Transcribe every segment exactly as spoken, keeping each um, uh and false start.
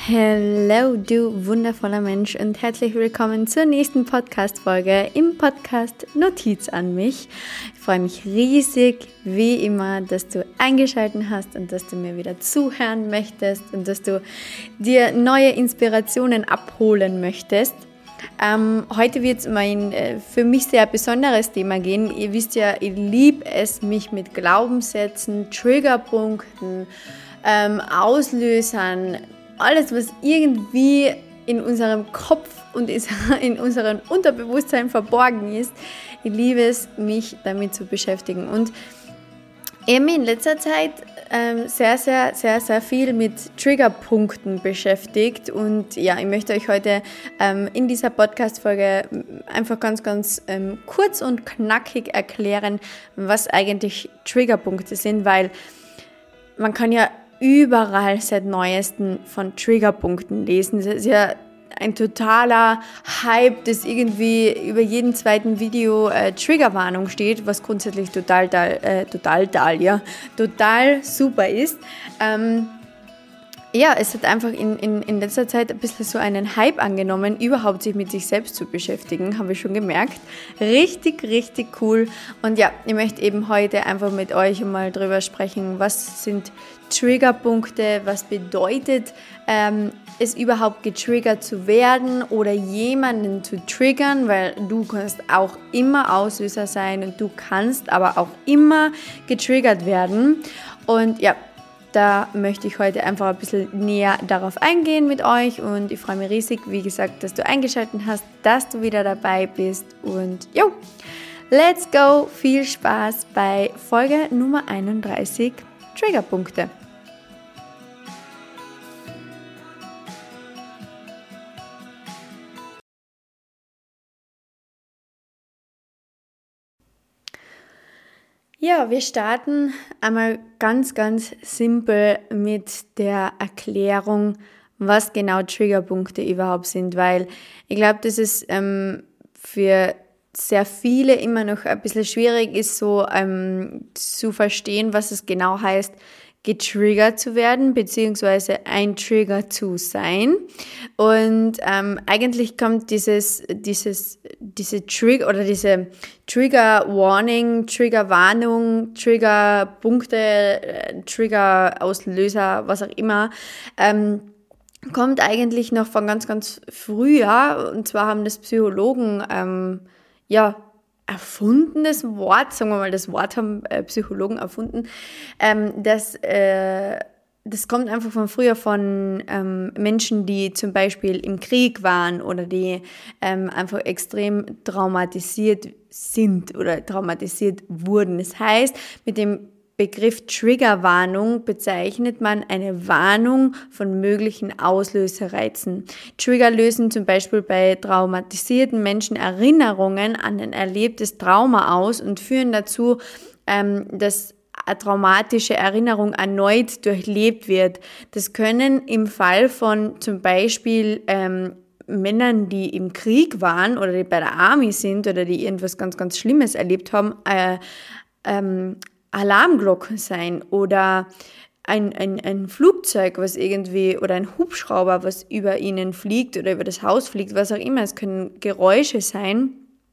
Hallo, du wundervoller Mensch und herzlich willkommen zur nächsten Podcast-Folge im Podcast Notiz an mich. Ich freue mich riesig, wie immer, dass du eingeschaltet hast und dass du mir wieder zuhören möchtest und dass du dir neue Inspirationen abholen möchtest. Ähm, heute wird es um ein äh, für mich sehr besonderes Thema gehen. Ihr wisst ja, ich liebe es, mich mit Glaubenssätzen, Triggerpunkten, ähm, Auslösern, alles, was irgendwie in unserem Kopf und in unserem Unterbewusstsein verborgen ist. Ich liebe es, mich damit zu beschäftigen. Und ich habe mich in letzter Zeit ähm, sehr, sehr, sehr, sehr viel mit Triggerpunkten beschäftigt. Und ja, ich möchte euch heute ähm, in dieser Podcast-Folge einfach ganz, ganz ähm, kurz und knackig erklären, was eigentlich Triggerpunkte sind, weil man kann ja überall seit Neuestem von Triggerpunkten lesen. Das ist ja ein totaler Hype, dass irgendwie über jedem zweiten Video äh, Triggerwarnung steht, was grundsätzlich total, äh, total, total, ja, total super ist. Ähm, Ja, es hat einfach in, in, in letzter Zeit ein bisschen so einen Hype angenommen, überhaupt sich mit sich selbst zu beschäftigen, habe ich schon gemerkt. Richtig, richtig cool. Und ja, ich möchte eben heute einfach mit euch mal drüber sprechen, was sind Triggerpunkte, was bedeutet ähm, es überhaupt getriggert zu werden oder jemanden zu triggern, weil du kannst auch immer Auslöser sein und du kannst aber auch immer getriggert werden. Und ja, da möchte ich heute einfach ein bisschen näher darauf eingehen mit euch und ich freue mich riesig, wie gesagt, dass du eingeschaltet hast, dass du wieder dabei bist und jo, let's go, viel Spaß bei Folge Nummer einunddreißig, Triggerpunkte. Ja, wir starten einmal ganz, ganz simpel mit der Erklärung, was genau Triggerpunkte überhaupt sind, weil ich glaube, dass es ähm, für sehr viele immer noch ein bisschen schwierig ist, so ähm, zu verstehen, was es genau heißt, getriggert zu werden, beziehungsweise ein Trigger zu sein. Und ähm, eigentlich kommt dieses, dieses, diese Trigger oder diese Trigger Warning, Trigger Warnung, Trigger Punkte, äh, Trigger Auslöser, was auch immer, ähm, kommt eigentlich noch von ganz, ganz früher. Und zwar haben das Psychologen, ähm, ja, erfundenes Wort, sagen wir mal, das Wort haben äh, Psychologen erfunden, ähm, das, äh, das kommt einfach von früher von ähm, Menschen, die zum Beispiel im Krieg waren oder die ähm, einfach extrem traumatisiert sind oder traumatisiert wurden. Das heißt, mit dem Begriff Triggerwarnung bezeichnet man eine Warnung von möglichen Auslöserreizen. Trigger lösen zum Beispiel bei traumatisierten Menschen Erinnerungen an ein erlebtes Trauma aus und führen dazu, ähm, dass eine traumatische Erinnerung erneut durchlebt wird. Das können im Fall von zum Beispiel ähm, Männern, die im Krieg waren oder die bei der Army sind oder die irgendwas ganz, ganz Schlimmes erlebt haben, äh, ähm, Alarmglocken sein oder ein, ein, ein Flugzeug, was irgendwie, oder ein Hubschrauber, was über ihnen fliegt oder über das Haus fliegt, was auch immer. Es können Geräusche sein,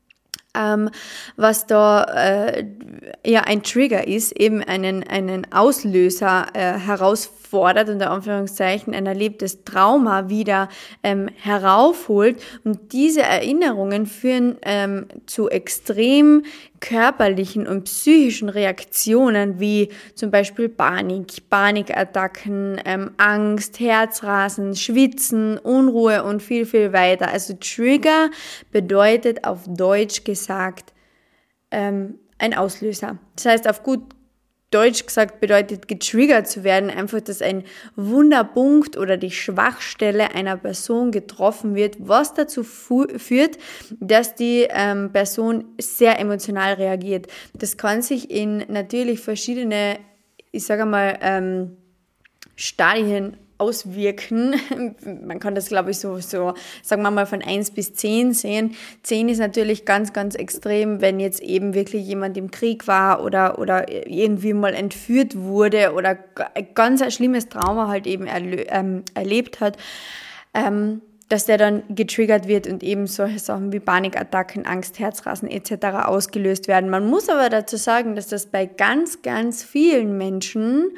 ähm, was da äh, ja ein Trigger ist, eben einen, einen Auslöser äh, herausfordert, unter Anführungszeichen ein erlebtes Trauma wieder ähm, heraufholt. Und diese Erinnerungen führen ähm, zu extrem körperlichen und psychischen Reaktionen wie zum Beispiel Panik, Panikattacken, ähm, Angst, Herzrasen, Schwitzen, Unruhe und viel, viel weiter. Also Trigger bedeutet auf Deutsch gesagt ähm, ein Auslöser. Das heißt auf gut Deutsch gesagt bedeutet getriggert zu werden, einfach, dass ein Wunderpunkt oder die Schwachstelle einer Person getroffen wird, was dazu fu- führt, dass die ähm, Person sehr emotional reagiert. Das kann sich in natürlich verschiedene, ich sage mal, ähm, Stadien auswirken. Man kann das, glaube ich, so, so, sagen wir mal, von eins bis zehn sehen. zehn ist natürlich ganz, ganz extrem, wenn jetzt eben wirklich jemand im Krieg war oder, oder irgendwie mal entführt wurde oder ganz ein schlimmes Trauma halt eben erle- ähm, erlebt hat, ähm, dass der dann getriggert wird und eben solche Sachen wie Panikattacken, Angst, Herzrasen et cetera ausgelöst werden. Man muss aber dazu sagen, dass das bei ganz, ganz vielen Menschen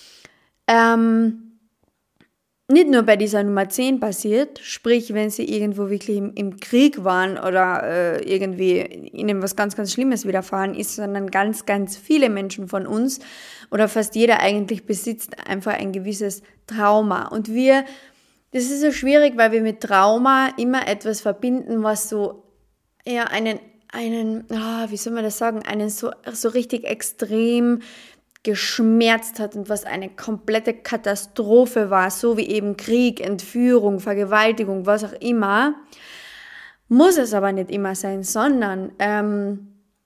ähm, nicht nur bei dieser Nummer zehn passiert, sprich, wenn sie irgendwo wirklich im, im Krieg waren oder äh, irgendwie ihnen was ganz, ganz Schlimmes widerfahren ist, sondern ganz, ganz viele Menschen von uns oder fast jeder eigentlich besitzt einfach ein gewisses Trauma. Und wir, das ist so schwierig, weil wir mit Trauma immer etwas verbinden, was so ja einen, einen, oh, wie soll man das sagen, einen so, so richtig extrem geschmerzt hat und was eine komplette Katastrophe war, so wie eben Krieg, Entführung, Vergewaltigung, was auch immer, muss es aber nicht immer sein, sondern ähm,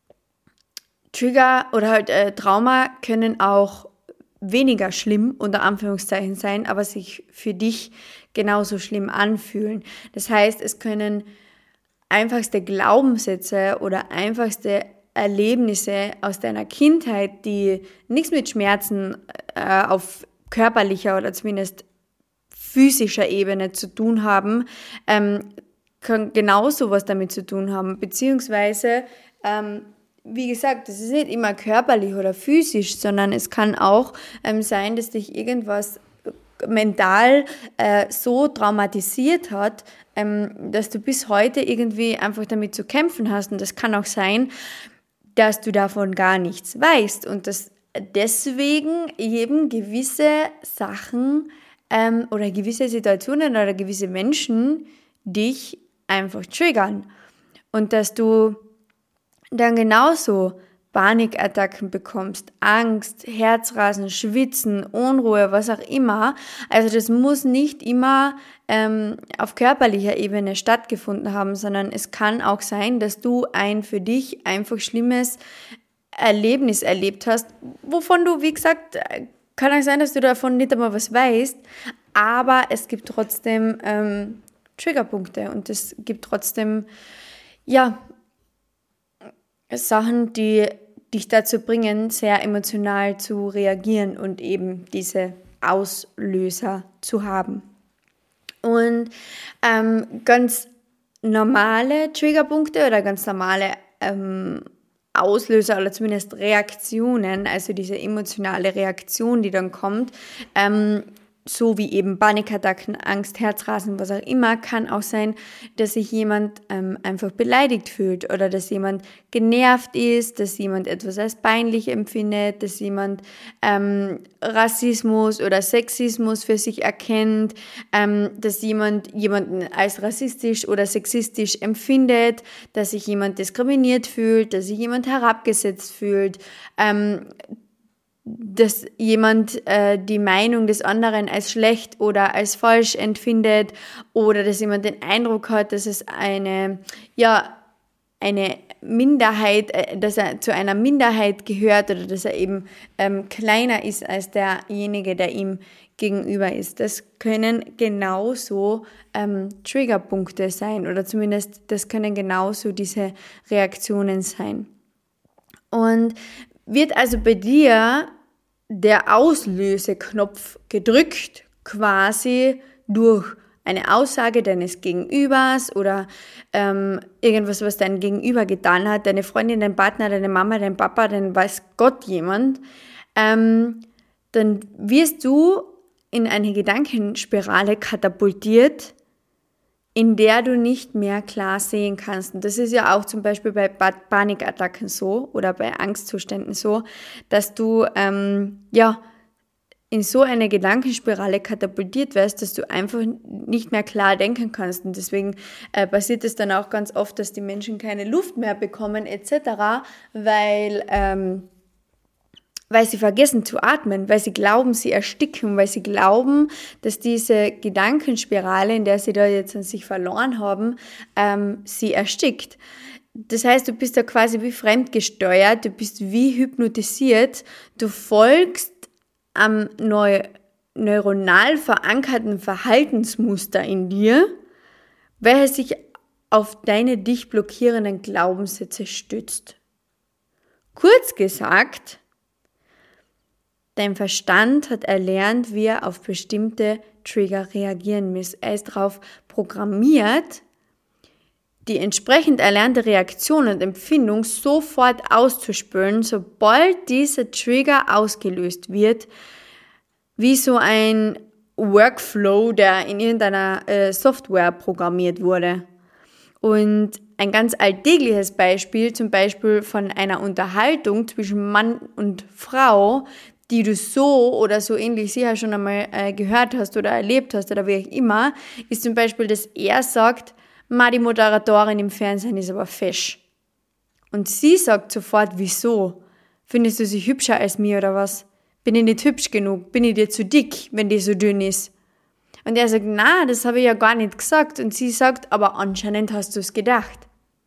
Trigger oder halt äh, Trauma können auch weniger schlimm, unter Anführungszeichen sein, aber sich für dich genauso schlimm anfühlen. Das heißt, es können einfachste Glaubenssätze oder einfachste Erlebnisse aus deiner Kindheit, die nichts mit Schmerzen äh, auf körperlicher oder zumindest physischer Ebene zu tun haben, ähm, können genauso was damit zu tun haben. Beziehungsweise, ähm, wie gesagt, das ist nicht immer körperlich oder physisch, sondern es kann auch ähm, sein, dass dich irgendwas mental äh, so traumatisiert hat, ähm, dass du bis heute irgendwie einfach damit zu kämpfen hast. Und das kann auch sein, dass du davon gar nichts weißt und dass deswegen eben gewisse Sachen ähm, oder gewisse Situationen oder gewisse Menschen dich einfach triggern und dass du dann genauso Panikattacken bekommst, Angst, Herzrasen, Schwitzen, Unruhe, was auch immer. Also das muss nicht immer ähm, auf körperlicher Ebene stattgefunden haben, sondern es kann auch sein, dass du ein für dich einfach schlimmes Erlebnis erlebt hast, wovon du, wie gesagt, kann auch sein, dass du davon nicht einmal was weißt, aber es gibt trotzdem ähm, Triggerpunkte und es gibt trotzdem, ja, Sachen, die dich dazu bringen, sehr emotional zu reagieren und eben diese Auslöser zu haben. Und ähm, ganz normale Triggerpunkte oder ganz normale ähm, Auslöser oder zumindest Reaktionen, also diese emotionale Reaktion, die dann kommt, ähm, so wie eben Panikattacken, Angst, Herzrasen, was auch immer, kann auch sein, dass sich jemand ähm, einfach beleidigt fühlt oder dass jemand genervt ist, dass jemand etwas als peinlich empfindet, dass jemand ähm, Rassismus oder Sexismus für sich erkennt, ähm, dass jemand jemanden als rassistisch oder sexistisch empfindet, dass sich jemand diskriminiert fühlt, dass sich jemand herabgesetzt fühlt, ähm, dass jemand äh, die Meinung des anderen als schlecht oder als falsch empfindet oder dass jemand den Eindruck hat, dass es eine, ja, eine Minderheit, äh, dass er zu einer Minderheit gehört oder dass er eben ähm, kleiner ist als derjenige, der ihm gegenüber ist. Das können genauso ähm, Triggerpunkte sein oder zumindest das können genauso diese Reaktionen sein. Und wird also bei dir der Auslöseknopf gedrückt, quasi durch eine Aussage deines Gegenübers oder ähm, irgendwas, was dein Gegenüber getan hat, deine Freundin, dein Partner, deine Mama, dein Papa, dein weiß Gott jemand, ähm, dann wirst du in eine Gedankenspirale katapultiert, in der du nicht mehr klar sehen kannst. Und das ist ja auch zum Beispiel bei Panikattacken so oder bei Angstzuständen so, dass du ähm, ja in so eine Gedankenspirale katapultiert wirst, dass du einfach nicht mehr klar denken kannst. Und deswegen äh, passiert es dann auch ganz oft, dass die Menschen keine Luft mehr bekommen et cetera, weil ähm, weil sie vergessen zu atmen, weil sie glauben, sie ersticken, weil sie glauben, dass diese Gedankenspirale, in der sie da jetzt an sich verloren haben, ähm, sie erstickt. Das heißt, du bist da quasi wie fremdgesteuert, du bist wie hypnotisiert, du folgst am Neu neuronal verankerten Verhaltensmuster in dir, welches sich auf deine dich blockierenden Glaubenssätze stützt. Kurz gesagt, dein Verstand hat erlernt, wie er auf bestimmte Trigger reagieren muss. Er ist darauf programmiert, die entsprechend erlernte Reaktion und Empfindung sofort auszuspülen, sobald dieser Trigger ausgelöst wird, wie so ein Workflow, der in irgendeiner äh, Software programmiert wurde. Und ein ganz alltägliches Beispiel, zum Beispiel von einer Unterhaltung zwischen Mann und Frau, die du so oder so ähnlich sicher schon einmal äh, gehört hast oder erlebt hast oder wie auch immer, ist zum Beispiel, dass er sagt, Ma, die Moderatorin im Fernsehen ist aber fesch. Und sie sagt sofort, wieso? Findest du sie hübscher als mir oder was? Bin ich nicht hübsch genug? Bin ich dir zu dick, wenn die so dünn ist? Und er sagt, na, das habe ich ja gar nicht gesagt. Und sie sagt, aber anscheinend hast du es gedacht.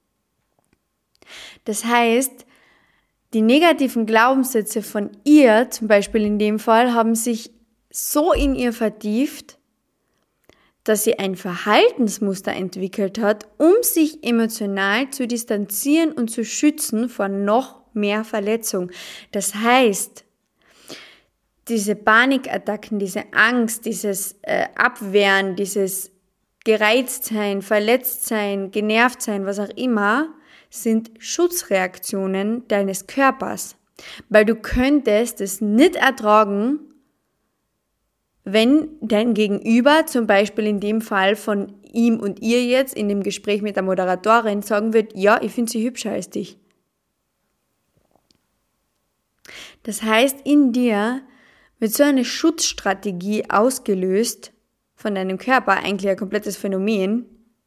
Das heißt, die negativen Glaubenssätze von ihr, zum Beispiel in dem Fall, haben sich so in ihr vertieft, dass sie ein Verhaltensmuster entwickelt hat, um sich emotional zu distanzieren und zu schützen vor noch mehr Verletzung. Das heißt, diese Panikattacken, diese Angst, dieses äh, Abwehren, dieses Gereiztsein, Verletztsein, Genervtsein, was auch immer, sind Schutzreaktionen deines Körpers. Weil du könntest es nicht ertragen, wenn dein Gegenüber, zum Beispiel in dem Fall von ihm und ihr jetzt in dem Gespräch mit der Moderatorin, sagen wird, ja, ich finde sie hübscher als dich. Das heißt, in dir wird so eine Schutzstrategie ausgelöst von deinem Körper, eigentlich ein komplettes Phänomen,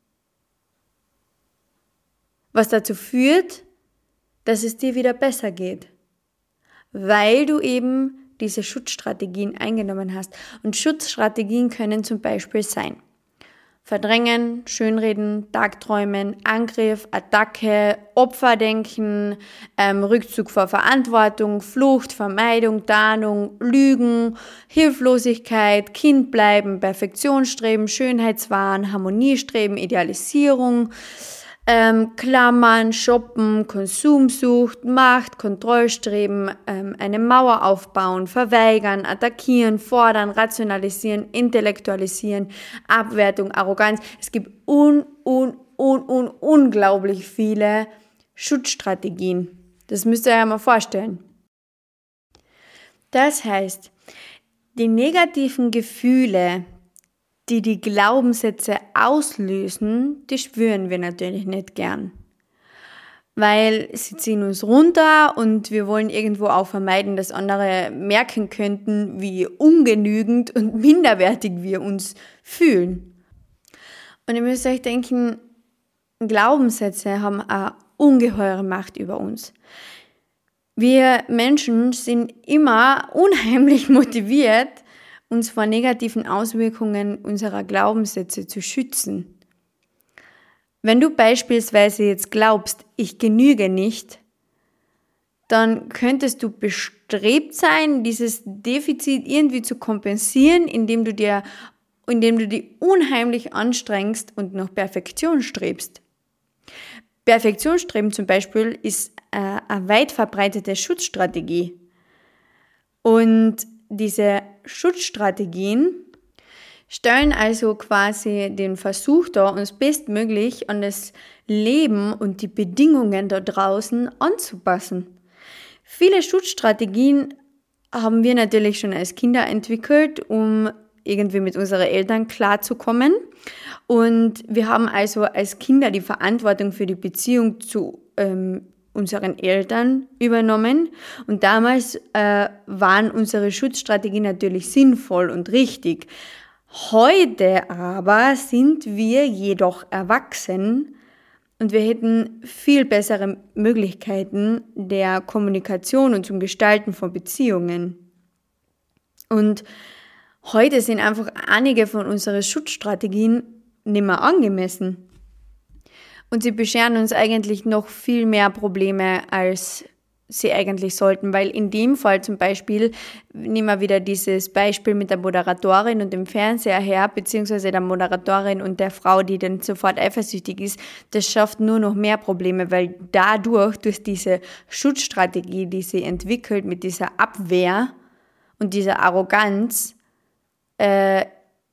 was dazu führt, dass es dir wieder besser geht, weil du eben diese Schutzstrategien eingenommen hast. Und Schutzstrategien können zum Beispiel sein: Verdrängen, Schönreden, Tagträumen, Angriff, Attacke, Opferdenken, ähm, Rückzug vor Verantwortung, Flucht, Vermeidung, Tarnung, Lügen, Hilflosigkeit, Kind bleiben, Perfektionsstreben, Schönheitswahn, Harmoniestreben, Idealisierung, Ähm, Klammern, Shoppen, Konsumsucht, Macht, Kontrollstreben, ähm, eine Mauer aufbauen, verweigern, attackieren, fordern, rationalisieren, intellektualisieren, Abwertung, Arroganz. Es gibt un, un, un, un, unglaublich viele Schutzstrategien. Das müsst ihr euch ja mal vorstellen. Das heißt, die negativen Gefühle, die die Glaubenssätze auslösen, die spüren wir natürlich nicht gern. Weil sie ziehen uns runter und wir wollen irgendwo auch vermeiden, dass andere merken könnten, wie ungenügend und minderwertig wir uns fühlen. Und ihr müsst euch denken, Glaubenssätze haben eine ungeheure Macht über uns. Wir Menschen sind immer unheimlich motiviert, uns vor negativen Auswirkungen unserer Glaubenssätze zu schützen. Wenn du beispielsweise jetzt glaubst, ich genüge nicht, dann könntest du bestrebt sein, dieses Defizit irgendwie zu kompensieren, indem du dir, indem du dich unheimlich anstrengst und nach Perfektion strebst. Perfektionsstreben zum Beispiel ist äh, eine weit verbreitete Schutzstrategie. Und diese Schutzstrategien stellen also quasi den Versuch dar, uns bestmöglich an das Leben und die Bedingungen da draußen anzupassen. Viele Schutzstrategien haben wir natürlich schon als Kinder entwickelt, um irgendwie mit unseren Eltern klarzukommen. Und wir haben also als Kinder die Verantwortung für die Beziehung zu ähm, unseren Eltern übernommen. Und damals äh, waren unsere Schutzstrategien natürlich sinnvoll und richtig. Heute aber sind wir jedoch erwachsen und wir hätten viel bessere Möglichkeiten der Kommunikation und zum Gestalten von Beziehungen. Und heute sind einfach einige von unseren Schutzstrategien nicht mehr angemessen. Und sie bescheren uns eigentlich noch viel mehr Probleme, als sie eigentlich sollten, weil in dem Fall zum Beispiel, nehmen wir wieder dieses Beispiel mit der Moderatorin und dem Fernseher her, beziehungsweise der Moderatorin und der Frau, die dann sofort eifersüchtig ist, das schafft nur noch mehr Probleme, weil dadurch, durch diese Schutzstrategie, die sie entwickelt, mit dieser Abwehr und dieser Arroganz, äh,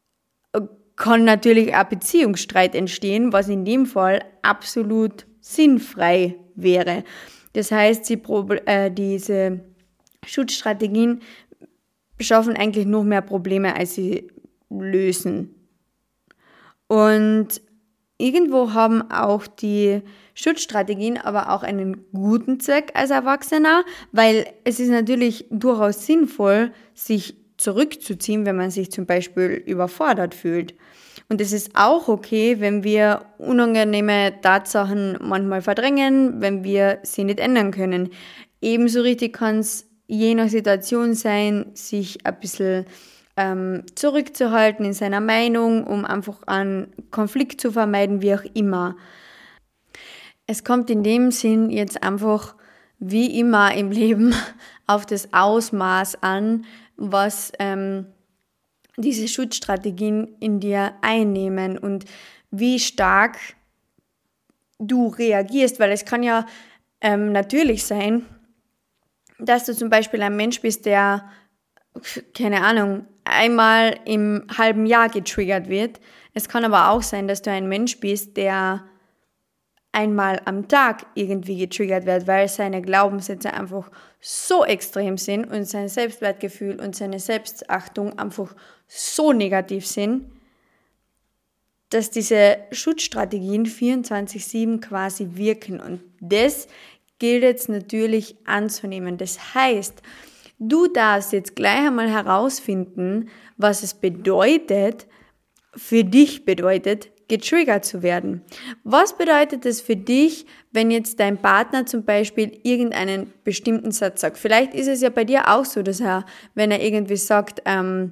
kann natürlich auch Beziehungsstreit entstehen, was in dem Fall absolut sinnfrei wäre. Das heißt, sie, äh, diese Schutzstrategien schaffen eigentlich noch mehr Probleme, als sie lösen. Und irgendwo haben auch die Schutzstrategien aber auch einen guten Zweck als Erwachsener, weil es ist natürlich durchaus sinnvoll, sich zurückzuziehen, wenn man sich zum Beispiel überfordert fühlt. Und es ist auch okay, wenn wir unangenehme Tatsachen manchmal verdrängen, wenn wir sie nicht ändern können. Ebenso richtig kann es je nach Situation sein, sich ein bisschen ähm, zurückzuhalten in seiner Meinung, um einfach einen Konflikt zu vermeiden, wie auch immer. Es kommt in dem Sinn jetzt einfach wie immer im Leben auf das Ausmaß an, was ähm, diese Schutzstrategien in dir einnehmen und wie stark du reagierst, weil es kann ja ähm, natürlich sein, dass du zum Beispiel ein Mensch bist, der, keine Ahnung, einmal im halben Jahr getriggert wird. Es kann aber auch sein, dass du ein Mensch bist, der einmal am Tag irgendwie getriggert wird, weil seine Glaubenssätze einfach so extrem sind und sein Selbstwertgefühl und seine Selbstachtung einfach so negativ sind, dass diese Schutzstrategien vierundzwanzig sieben quasi wirken. Und das gilt jetzt natürlich anzunehmen. Das heißt, du darfst jetzt gleich einmal herausfinden, was es bedeutet, für dich bedeutet, getriggert zu werden. Was bedeutet es für dich, wenn jetzt dein Partner zum Beispiel irgendeinen bestimmten Satz sagt? Vielleicht ist es ja bei dir auch so, dass er, wenn er irgendwie sagt, ähm,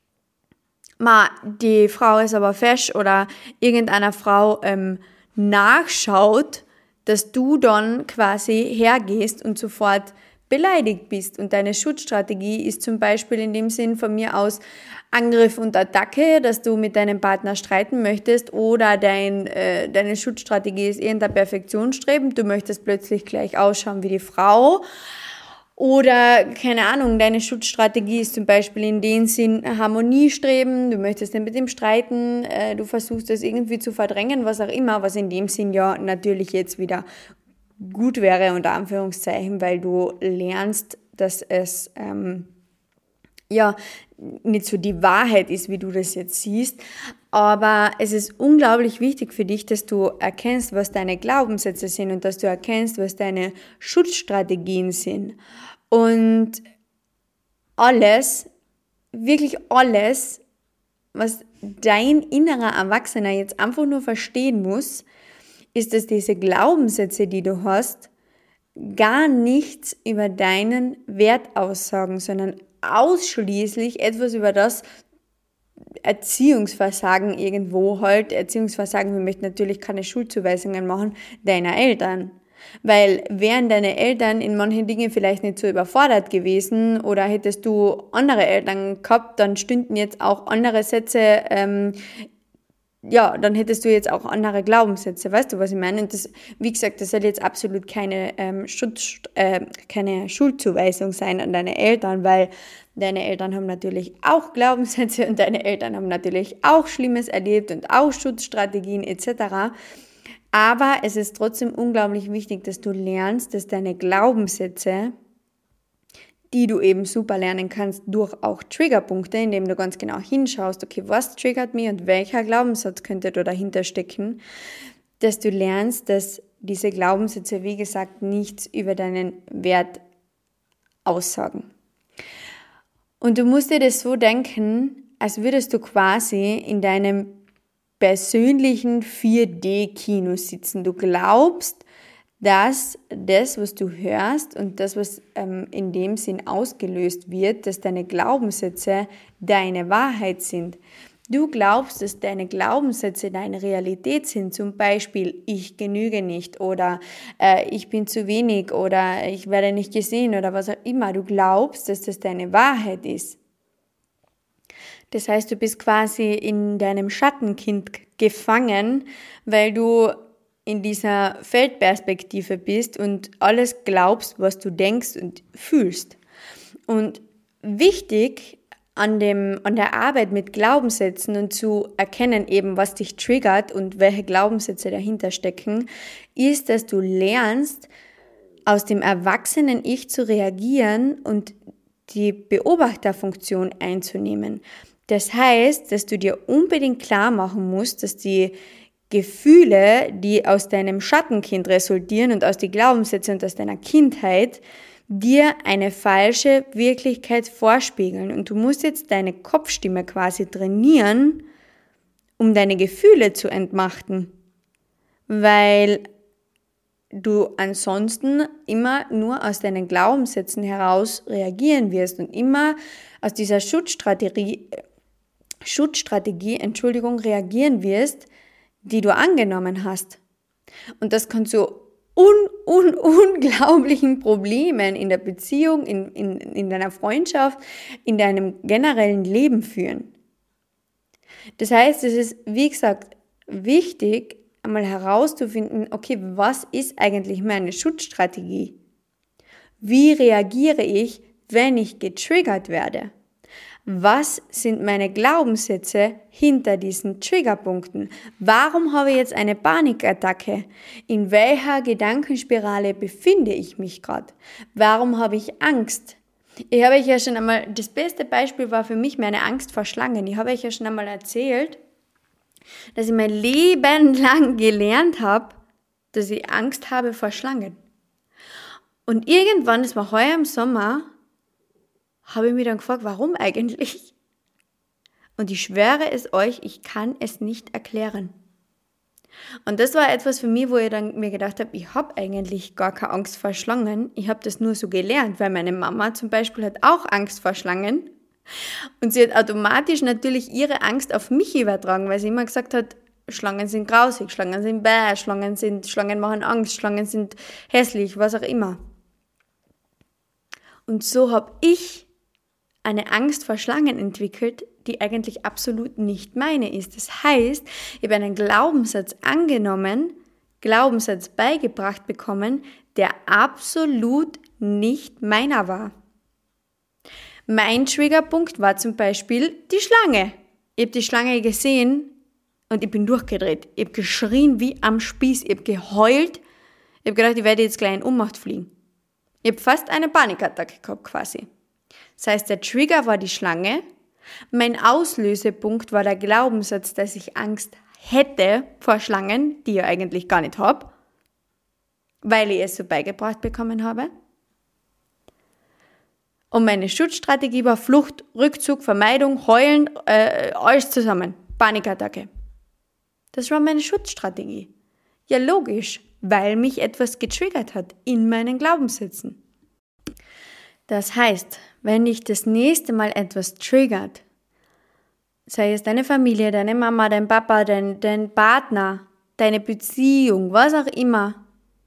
ma, die Frau ist aber fesch oder irgendeiner Frau ähm, nachschaut, dass du dann quasi hergehst und sofort beleidigt bist. Und deine Schutzstrategie ist zum Beispiel in dem Sinn von mir aus Angriff und Attacke, dass du mit deinem Partner streiten möchtest, oder dein, äh, deine Schutzstrategie ist irgendein Perfektionsstreben, du möchtest plötzlich gleich ausschauen wie die Frau. Oder, keine Ahnung, deine Schutzstrategie ist zum Beispiel in dem Sinn Harmoniestreben, du möchtest nicht mit ihm streiten, äh, du versuchst das irgendwie zu verdrängen, was auch immer, was in dem Sinn ja natürlich jetzt wieder gut wäre, unter Anführungszeichen, weil du lernst, dass es ähm, ja nicht so die Wahrheit ist, wie du das jetzt siehst, aber es ist unglaublich wichtig für dich, dass du erkennst, was deine Glaubenssätze sind und dass du erkennst, was deine Schutzstrategien sind. Und alles, wirklich alles, was dein innerer Erwachsener jetzt einfach nur verstehen muss, ist, dass diese Glaubenssätze, die du hast, gar nichts über deinen Wert aussagen, sondern ausschließlich etwas über das Erziehungsversagen irgendwo halt, Erziehungsversagen, wir möchten natürlich keine Schuldzuweisungen machen, deiner Eltern. Weil wären deine Eltern in manchen Dingen vielleicht nicht so überfordert gewesen oder hättest du andere Eltern gehabt, dann stünden jetzt auch andere Sätze, ähm, ja, dann hättest du jetzt auch andere Glaubenssätze, weißt du, was ich meine? Und das, wie gesagt, das soll jetzt absolut keine, ähm, Schutz, äh, keine Schuldzuweisung sein an deine Eltern, weil deine Eltern haben natürlich auch Glaubenssätze und deine Eltern haben natürlich auch Schlimmes erlebt und auch Schutzstrategien et cetera. Aber es ist trotzdem unglaublich wichtig, dass du lernst, dass deine Glaubenssätze, die du eben super lernen kannst durch auch Triggerpunkte, indem du ganz genau hinschaust, okay, was triggert mich und welcher Glaubenssatz könnte da dahinter stecken, dass du lernst, dass diese Glaubenssätze, wie gesagt, nichts über deinen Wert aussagen. Und du musst dir das so denken, als würdest du quasi in deinem persönlichen vier D-Kino sitzen. Du glaubst, dass das, was du hörst und das, was ähm, in dem Sinn ausgelöst wird, dass deine Glaubenssätze deine Wahrheit sind. du glaubst, dass deine Glaubenssätze deine Realität sind, zum Beispiel ich genüge nicht oder äh, ich bin zu wenig oder ich werde nicht gesehen oder was auch immer, du glaubst, dass das deine Wahrheit ist. Das heißt, du bist quasi in deinem Schattenkind gefangen, weil du in dieser Feldperspektive bist und alles glaubst, was du denkst und fühlst. Und wichtig an dem, an der Arbeit mit Glaubenssätzen und zu erkennen eben, was dich triggert und welche Glaubenssätze dahinter stecken, ist, dass du lernst, aus dem erwachsenen Ich zu reagieren und die Beobachterfunktion einzunehmen. Das heißt, dass du dir unbedingt klar machen musst, dass die Gefühle, die aus deinem Schattenkind resultieren und aus den Glaubenssätzen und aus deiner Kindheit, dir eine falsche Wirklichkeit vorspiegeln. Und du musst jetzt deine Kopfstimme quasi trainieren, um deine Gefühle zu entmachten. Weil du ansonsten immer nur aus deinen Glaubenssätzen heraus reagieren wirst und immer aus dieser Schutzstrategie, Schutzstrategie, Entschuldigung, reagieren wirst, die du angenommen hast. Und das kann zu un, un, unglaublichen Problemen in der Beziehung, in, in, in deiner Freundschaft, in deinem generellen Leben führen. Das heißt, es ist, wie gesagt, wichtig, einmal herauszufinden, okay, was ist eigentlich meine Schutzstrategie? Wie reagiere ich, wenn ich getriggert werde? Was sind meine Glaubenssätze hinter diesen Triggerpunkten? Warum habe ich jetzt eine Panikattacke? In welcher Gedankenspirale befinde ich mich gerade? Warum habe ich Angst? Ich habe euch ja schon einmal, das beste Beispiel war für mich meine Angst vor Schlangen. Ich habe euch ja schon einmal erzählt, dass ich mein Leben lang gelernt habe, dass ich Angst habe vor Schlangen. Und irgendwann, das war heuer im Sommer, habe ich mich dann gefragt, warum eigentlich? Und ich schwöre es euch, ich kann es nicht erklären. Und das war etwas für mich, wo ich dann mir gedacht habe, ich habe eigentlich gar keine Angst vor Schlangen. Ich habe das nur so gelernt, weil meine Mama zum Beispiel hat auch Angst vor Schlangen. Und sie hat automatisch natürlich ihre Angst auf mich übertragen, weil sie immer gesagt hat, Schlangen sind grausig, Schlangen sind bäh, Schlangen sind, Schlangen machen Angst, Schlangen sind hässlich, was auch immer. Und so habe ich eine Angst vor Schlangen entwickelt, die eigentlich absolut nicht meine ist. Das heißt, ich habe einen Glaubenssatz angenommen, Glaubenssatz beigebracht bekommen, der absolut nicht meiner war. Mein Triggerpunkt war zum Beispiel die Schlange. Ich habe die Schlange gesehen und ich bin durchgedreht. Ich habe geschrien wie am Spieß, ich habe geheult. Ich habe gedacht, ich werde jetzt gleich in Ohnmacht fliegen. Ich habe fast eine Panikattacke gehabt quasi. Das heißt, der Trigger war die Schlange. Mein Auslösepunkt war der Glaubenssatz, dass ich Angst hätte vor Schlangen, die ich eigentlich gar nicht habe, weil ich es so beigebracht bekommen habe. Und meine Schutzstrategie war Flucht, Rückzug, Vermeidung, Heulen, äh, alles zusammen. Panikattacke. Das war meine Schutzstrategie. Ja, logisch, weil mich etwas getriggert hat in meinen Glaubenssätzen. Das heißt, wenn dich das nächste Mal etwas triggert, sei es deine Familie, deine Mama, dein Papa, dein, dein Partner, deine Beziehung, was auch immer,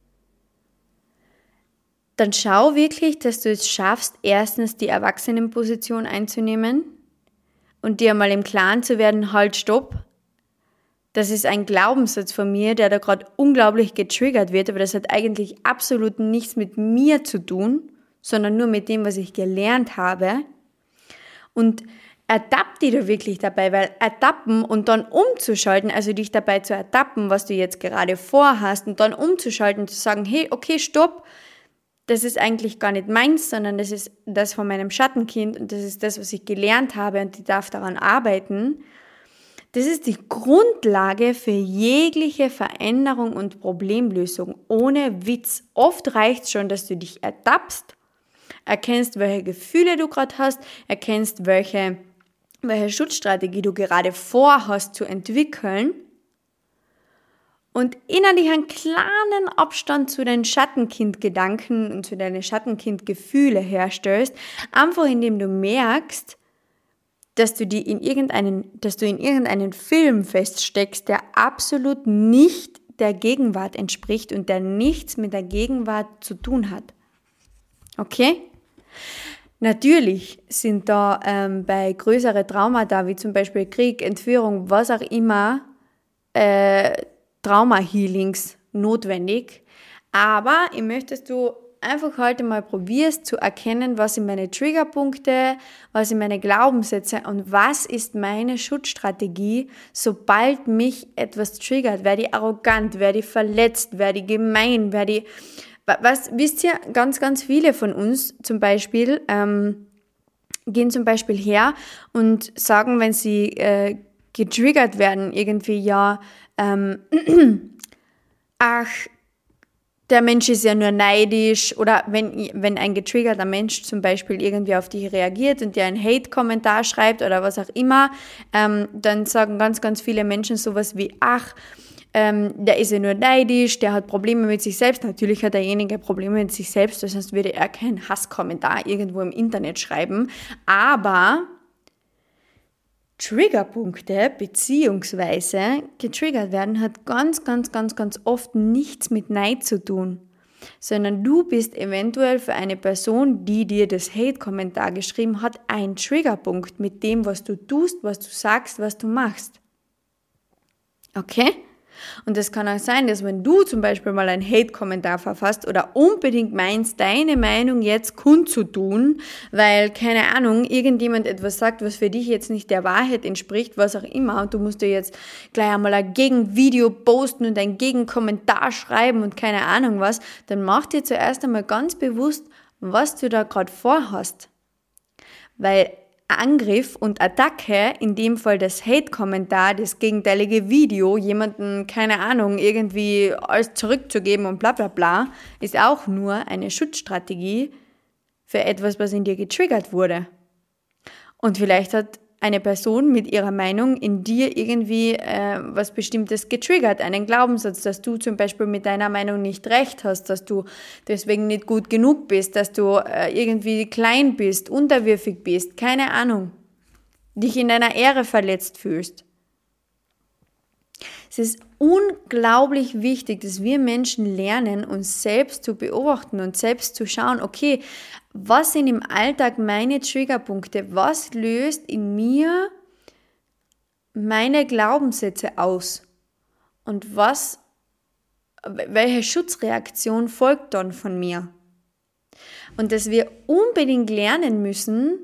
dann schau wirklich, dass du es schaffst, erstens die Erwachsenenposition einzunehmen und dir mal im Klaren zu werden, halt, stopp, das ist ein Glaubenssatz von mir, der da gerade unglaublich getriggert wird, aber das hat eigentlich absolut nichts mit mir zu tun, sondern nur mit dem, was ich gelernt habe. Und ertapp dich da wirklich dabei, weil ertappen und dann umzuschalten, also dich dabei zu ertappen, was du jetzt gerade vorhast und dann umzuschalten und zu sagen, hey, okay, stopp, das ist eigentlich gar nicht meins, sondern das ist das von meinem Schattenkind und das ist das, was ich gelernt habe und ich darf daran arbeiten. Das ist die Grundlage für jegliche Veränderung und Problemlösung. Ohne Witz. Oft reicht es schon, dass du dich ertappst, erkennst, welche Gefühle du gerade hast, erkennst, welche, welche Schutzstrategie du gerade vorhast zu entwickeln und innerlich einen kleinen Abstand zu deinen Schattenkind-Gedanken und zu deinen Schattenkind-Gefühle herstellst, einfach indem du merkst, dass du die in irgendeinen, dass du in irgendeinen Film feststeckst, der absolut nicht der Gegenwart entspricht und der nichts mit der Gegenwart zu tun hat. Okay? Natürlich sind da ähm, bei größeren Traumata, wie zum Beispiel Krieg, Entführung, was auch immer, äh, Trauma-Healings notwendig. Aber ich möchte, dass du einfach heute mal probierst zu erkennen, was sind meine Triggerpunkte, was sind meine Glaubenssätze und was ist meine Schutzstrategie, sobald mich etwas triggert. Werde ich arrogant, werde ich verletzt, werde ich gemein, werde ich... Was, wisst ihr, ganz, ganz viele von uns zum Beispiel ähm, gehen zum Beispiel her und sagen, wenn sie äh, getriggert werden, irgendwie, ja, ähm, ach, der Mensch ist ja nur neidisch, oder wenn, wenn ein getriggerter Mensch zum Beispiel irgendwie auf dich reagiert und dir einen Hate-Kommentar schreibt oder was auch immer, ähm, dann sagen ganz, ganz viele Menschen sowas wie, ach, ähm, der ist ja nur neidisch, der hat Probleme mit sich selbst. Natürlich hat derjenige Probleme mit sich selbst, sonst würde er keinen Hasskommentar irgendwo im Internet schreiben, aber Triggerpunkte beziehungsweise getriggert werden hat ganz, ganz, ganz, ganz oft nichts mit Neid zu tun, sondern du bist eventuell für eine Person, die dir das Hate-Kommentar geschrieben hat, ein Triggerpunkt mit dem, was du tust, was du sagst, was du machst. Okay? Und es kann auch sein, dass wenn du zum Beispiel mal einen Hate-Kommentar verfasst oder unbedingt meinst, deine Meinung jetzt kundzutun, weil, keine Ahnung, irgendjemand etwas sagt, was für dich jetzt nicht der Wahrheit entspricht, was auch immer, und du musst dir jetzt gleich einmal ein Gegenvideo posten und einen Gegenkommentar schreiben und keine Ahnung was, dann mach dir zuerst einmal ganz bewusst, was du da gerade vorhast. Weil Angriff und Attacke, in dem Fall das Hate-Kommentar, das gegenteilige Video, jemanden, keine Ahnung, irgendwie alles zurückzugeben und bla bla bla, ist auch nur eine Schutzstrategie für etwas, was in dir getriggert wurde. Und vielleicht hat eine Person mit ihrer Meinung in dir irgendwie äh, was Bestimmtes getriggert, einen Glaubenssatz, dass du zum Beispiel mit deiner Meinung nicht recht hast, dass du deswegen nicht gut genug bist, dass du äh, irgendwie klein bist, unterwürfig bist, keine Ahnung, dich in deiner Ehre verletzt fühlst. Es ist unglaublich wichtig, dass wir Menschen lernen, uns selbst zu beobachten und selbst zu schauen, okay, was sind im Alltag meine Triggerpunkte? Was löst in mir meine Glaubenssätze aus? Und was, welche Schutzreaktion folgt dann von mir? Und dass wir unbedingt lernen müssen,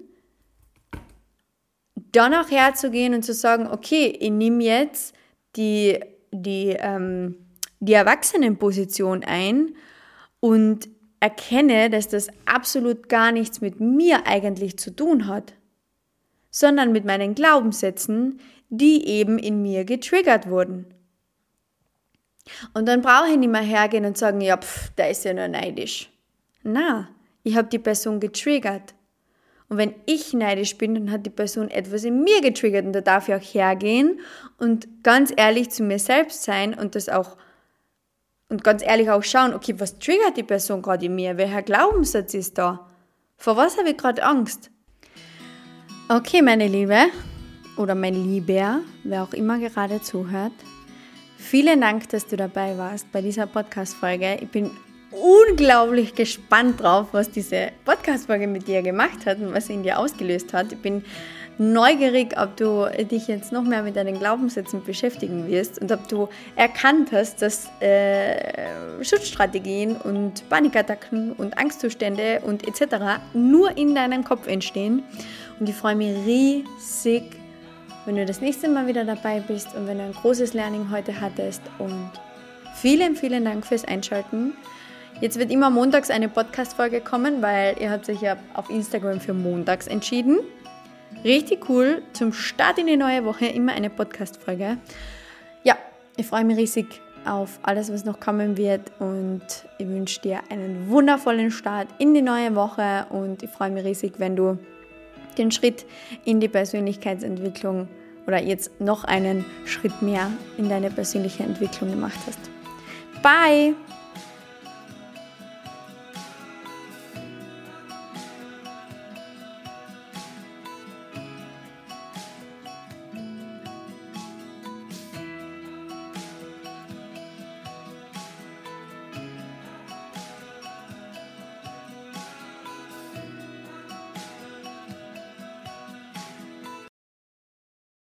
dann auch herzugehen und zu sagen, okay, ich nehme jetzt die, die, ähm, die Erwachsenenposition ein und erkenne, dass das absolut gar nichts mit mir eigentlich zu tun hat, sondern mit meinen Glaubenssätzen, die eben in mir getriggert wurden. Und dann brauche ich nicht mehr hergehen und sagen, ja, pff, der ist ja nur neidisch. Na, ich habe die Person getriggert. Und wenn ich neidisch bin, dann hat die Person etwas in mir getriggert und da darf ich auch hergehen und ganz ehrlich zu mir selbst sein und das auch und ganz ehrlich auch schauen, okay, was triggert die Person gerade in mir? Welcher Glaubenssatz ist da? Vor was habe ich gerade Angst? Okay, meine Liebe oder mein Lieber, wer auch immer gerade zuhört, vielen Dank, dass du dabei warst bei dieser Podcast-Folge. Ich bin unglaublich gespannt drauf, was diese Podcast-Folge mit dir gemacht hat und was sie in dir ausgelöst hat. Ich bin neugierig, ob du dich jetzt noch mehr mit deinen Glaubenssätzen beschäftigen wirst und ob du erkannt hast, dass äh, Schutzstrategien und Panikattacken und Angstzustände und et cetera nur in deinem Kopf entstehen. Und ich freue mich riesig, wenn du das nächste Mal wieder dabei bist und wenn du ein großes Learning heute hattest. Und vielen, vielen Dank fürs Einschalten. Jetzt wird immer montags eine Podcast-Folge kommen, weil ihr habt euch ja auf Instagram für montags entschieden. Richtig cool, zum Start in die neue Woche immer eine Podcast-Folge. Ja, ich freue mich riesig auf alles, was noch kommen wird und ich wünsche dir einen wundervollen Start in die neue Woche und ich freue mich riesig, wenn du den Schritt in die Persönlichkeitsentwicklung oder jetzt noch einen Schritt mehr in deine persönliche Entwicklung gemacht hast. Bye!